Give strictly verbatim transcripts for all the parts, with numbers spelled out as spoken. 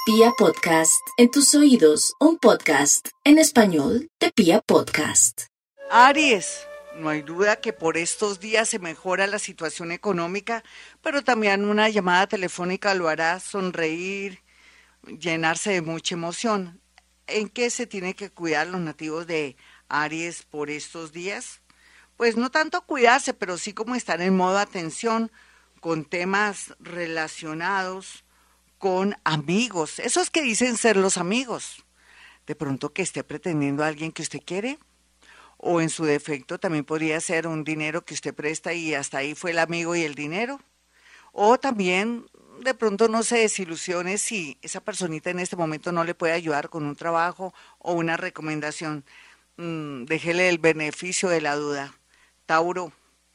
Pia Podcast, en tus oídos, un podcast en español de Pia Podcast. Aries, no hay duda que por estos días se mejora la situación económica, pero también una llamada telefónica lo hará sonreír, llenarse de mucha emoción. ¿En qué se tiene que cuidar los nativos de Aries por estos días? Pues no tanto cuidarse, pero sí como estar en modo atención con temas relacionados con amigos, esos que dicen ser los amigos. De pronto que esté pretendiendo a alguien que usted quiere, o en su defecto también podría ser un dinero que usted presta y hasta ahí fue el amigo y el dinero. O también de pronto no se desilusione si esa personita en este momento no le puede ayudar con un trabajo o una recomendación. Mm, déjele el beneficio de la duda. Tauro.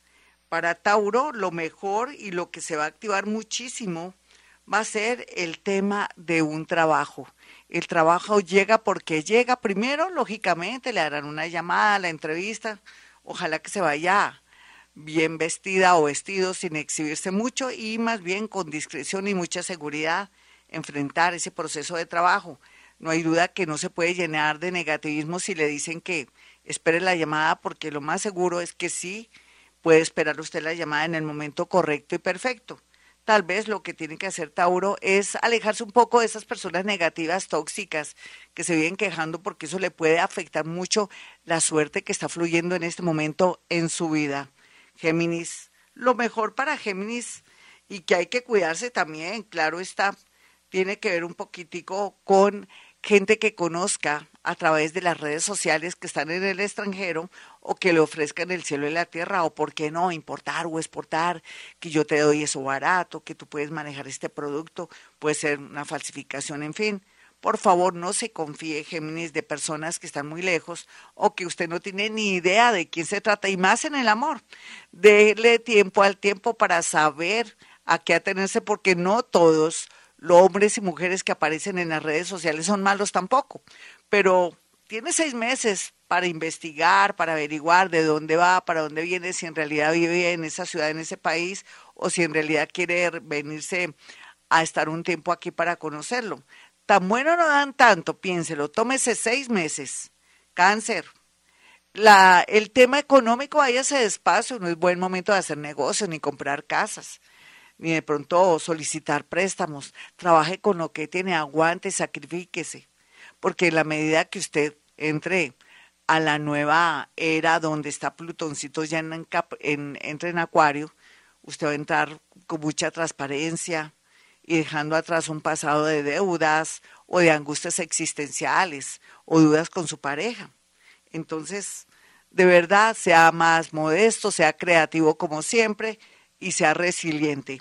Para Tauro lo mejor y lo que se va a activar muchísimo va a ser el tema de un trabajo. El trabajo llega porque llega. Primero, lógicamente, le harán una llamada, la entrevista. Ojalá que se vaya bien vestida o vestido sin exhibirse mucho y más bien con discreción y mucha seguridad enfrentar ese proceso de trabajo. No hay duda que no se puede llenar de negativismo si le dicen que espere la llamada, porque lo más seguro es que sí puede esperar usted la llamada en el momento correcto y perfecto. Tal vez lo que tiene que hacer Tauro es alejarse un poco de esas personas negativas, tóxicas, que se vienen quejando, porque eso le puede afectar mucho la suerte que está fluyendo en este momento en su vida. Géminis, lo mejor para Géminis y que hay que cuidarse también, claro está, tiene que ver un poquitico con gente que conozca a través de las redes sociales que están en el extranjero o que le ofrezcan el cielo y la tierra, o por qué no, importar o exportar, que yo te doy eso barato, que tú puedes manejar este producto, puede ser una falsificación, en fin. Por favor, no se confíe, Géminis, de personas que están muy lejos o que usted no tiene ni idea de quién se trata, y más en el amor. Dele tiempo al tiempo para saber a qué atenerse, porque no todos los hombres y mujeres que aparecen en las redes sociales son malos tampoco, pero tiene seis meses para investigar, para averiguar de dónde va, para dónde viene, si en realidad vive en esa ciudad, en ese país, o si en realidad quiere venirse a estar un tiempo aquí para conocerlo. Tan bueno no dan tanto, piénselo, tómese seis meses. Cáncer. La, el tema económico, váyase despacio, no es buen momento de hacer negocios ni comprar casas, ni de pronto solicitar préstamos. Trabaje con lo que tiene, aguante, sacrifíquese, porque en la medida que usted entre a la nueva era donde está Plutoncito ya en, en, entre en Acuario, usted va a entrar con mucha transparencia y dejando atrás un pasado de deudas o de angustias existenciales o dudas con su pareja. Entonces, de verdad, sea más modesto, sea creativo como siempre y sea resiliente.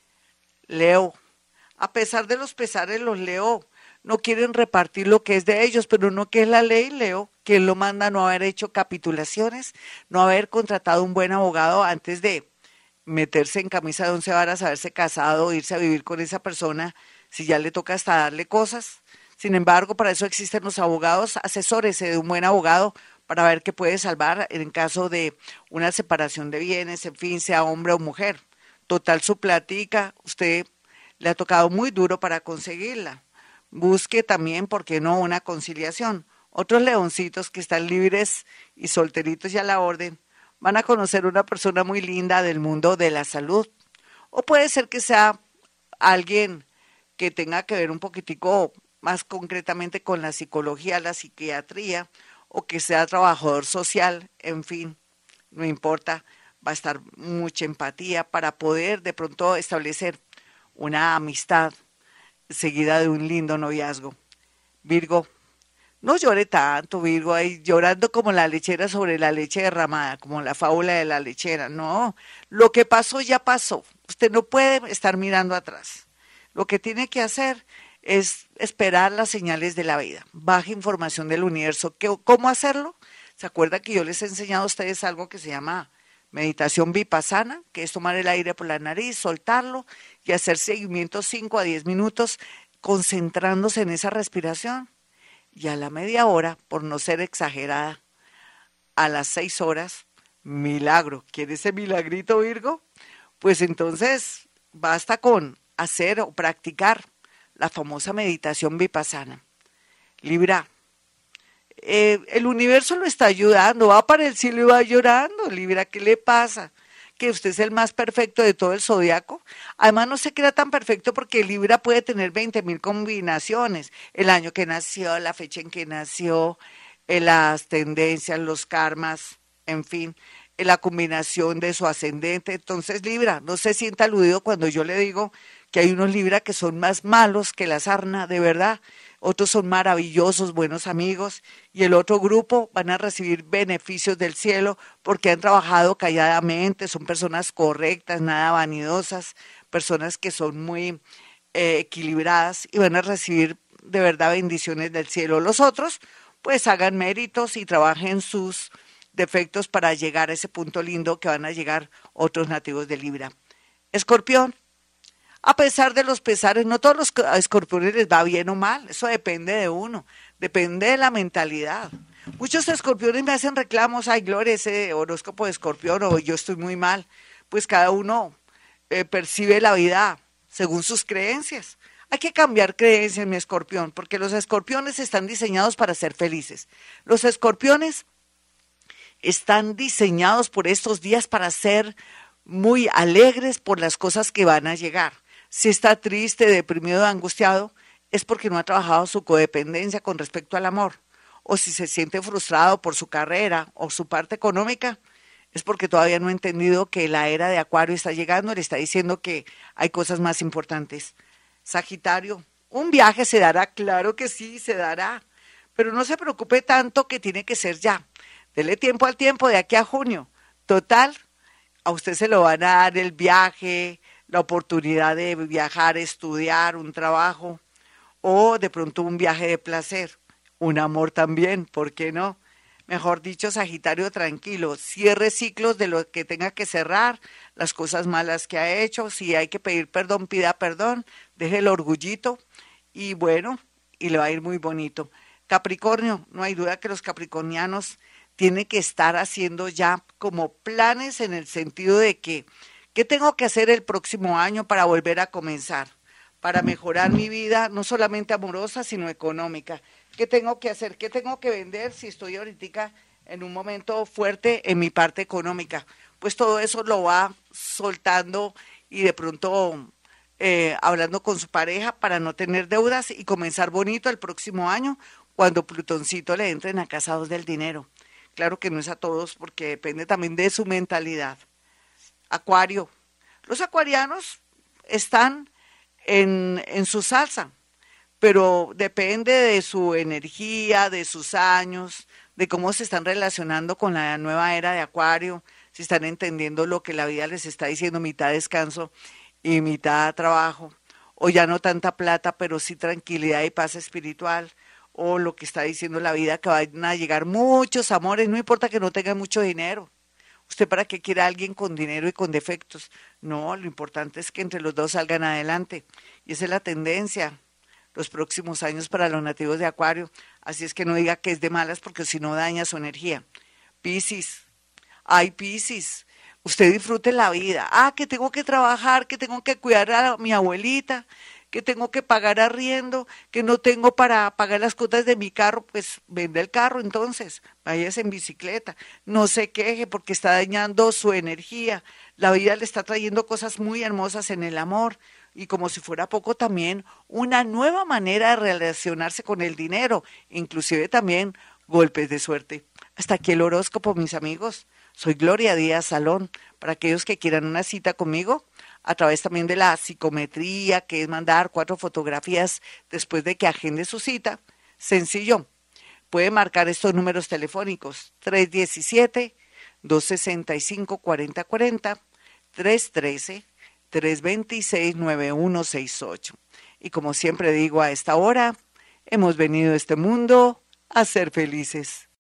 Leo, a pesar de los pesares, los Leo no quieren repartir lo que es de ellos, pero no que es la ley, Leo, que lo manda no haber hecho capitulaciones, no haber contratado un buen abogado antes de meterse en camisa de once varas, haberse casado, irse a vivir con esa persona, si ya le toca hasta darle cosas. Sin embargo, para eso existen los abogados. Asesórese de un buen abogado para ver qué puede salvar en caso de una separación de bienes, en fin, sea hombre o mujer. Total, su platica, usted le ha tocado muy duro para conseguirla. Busque también, ¿por qué no?, una conciliación. Otros leoncitos que están libres y solteritos y a la orden van a conocer una persona muy linda del mundo de la salud. O puede ser que sea alguien que tenga que ver un poquitico más concretamente con la psicología, la psiquiatría, o que sea trabajador social, en fin, no importa. Va a estar mucha empatía para poder de pronto establecer una amistad seguida de un lindo noviazgo. Virgo, no llore tanto, Virgo, ahí llorando como la lechera sobre la leche derramada, como la fábula de la lechera. No, lo que pasó ya pasó. Usted no puede estar mirando atrás. Lo que tiene que hacer es esperar las señales de la vida. Baja información del universo. ¿Qué, ¿Cómo hacerlo? ¿Se acuerda que yo les he enseñado a ustedes algo que se llama meditación vipassana, que es tomar el aire por la nariz, soltarlo y hacer seguimiento cinco a diez minutos concentrándose en esa respiración? Y a la media hora, por no ser exagerada, a las seis horas, milagro. ¿Quiere ese milagrito, Virgo? Pues entonces basta con hacer o practicar la famosa meditación vipassana. Libra, eh, el universo lo está ayudando, va para el cielo y va llorando. Libra, ¿qué le pasa? Que usted es el más perfecto de todo el zodiaco. Además no se crea tan perfecto porque Libra puede tener veinte mil combinaciones. El año que nació, la fecha en que nació, eh, las tendencias, los karmas, en fin, eh, la combinación de su ascendente. Entonces Libra, no se sienta aludido cuando yo le digo que hay unos Libra que son más malos que la sarna, de verdad. Otros son maravillosos, buenos amigos, y el otro grupo van a recibir beneficios del cielo porque han trabajado calladamente, son personas correctas, nada vanidosas, personas que son muy eh, equilibradas y van a recibir de verdad bendiciones del cielo. Los otros, pues hagan méritos y trabajen sus defectos para llegar a ese punto lindo que van a llegar otros nativos de Libra. Escorpión. A pesar de los pesares, no todos los escorpiones les va bien o mal, eso depende de uno, depende de la mentalidad. Muchos escorpiones me hacen reclamos, ay Gloria, ese horóscopo de escorpión, o yo estoy muy mal. Pues cada uno eh, percibe la vida según sus creencias. Hay que cambiar creencias, mi escorpión, porque los escorpiones están diseñados para ser felices. Los escorpiones están diseñados por estos días para ser muy alegres por las cosas que van a llegar. Si está triste, deprimido, angustiado, es porque no ha trabajado su codependencia con respecto al amor. O si se siente frustrado por su carrera o su parte económica, es porque todavía no ha entendido que la era de Acuario está llegando, le está diciendo que hay cosas más importantes. Sagitario, un viaje se dará, claro que sí, se dará, pero no se preocupe tanto que tiene que ser ya. Dele tiempo al tiempo de aquí a junio. Total, a usted se lo van a dar el viaje, la oportunidad de viajar, estudiar, un trabajo, o de pronto un viaje de placer, un amor también, ¿por qué no? Mejor dicho, Sagitario, tranquilo, cierre ciclos de lo que tenga que cerrar, las cosas malas que ha hecho, si hay que pedir perdón, pida perdón, deje el orgullito y bueno, y le va a ir muy bonito. Capricornio, no hay duda que los capricornianos tienen que estar haciendo ya como planes en el sentido de que ¿qué tengo que hacer el próximo año para volver a comenzar? Para mejorar mi vida, no solamente amorosa, sino económica. ¿Qué tengo que hacer? ¿Qué tengo que vender si estoy ahorita en un momento fuerte en mi parte económica? Pues todo eso lo va soltando y de pronto eh, hablando con su pareja para no tener deudas y comenzar bonito el próximo año cuando Plutoncito le entre en la casa dos del dinero. Claro que no es a todos porque depende también de su mentalidad. Acuario. Los acuarianos están en, en su salsa, pero depende de su energía, de sus años, de cómo se están relacionando con la nueva era de Acuario, si están entendiendo lo que la vida les está diciendo, mitad descanso y mitad trabajo, o ya no tanta plata, pero sí tranquilidad y paz espiritual, o lo que está diciendo la vida, que van a llegar muchos amores, no importa que no tengan mucho dinero. ¿Usted para qué quiere a alguien con dinero y con defectos? No, lo importante es que entre los dos salgan adelante. Y esa es la tendencia los próximos años para los nativos de Acuario. Así es que no diga que es de malas porque si no daña su energía. Piscis. Ay, Piscis. Usted disfrute la vida. Ah, que tengo que trabajar, que tengo que cuidar a mi abuelita, que tengo que pagar arriendo, que no tengo para pagar las cuotas de mi carro, pues vende el carro entonces, váyase en bicicleta, no se queje porque está dañando su energía, la vida le está trayendo cosas muy hermosas en el amor y como si fuera poco también una nueva manera de relacionarse con el dinero, inclusive también golpes de suerte. Hasta aquí el horóscopo, mis amigos. Soy Gloria Díaz Salón. Para aquellos que quieran una cita conmigo, a través también de la psicometría, que es mandar cuatro fotografías después de que agende su cita, sencillo. Puede marcar estos números telefónicos, tres diecisiete, dos sesenta y cinco, cuarenta cuarenta, tres trece, tres veintiséis, nueve uno seis ocho. Y como siempre digo a esta hora, hemos venido a este mundo a ser felices.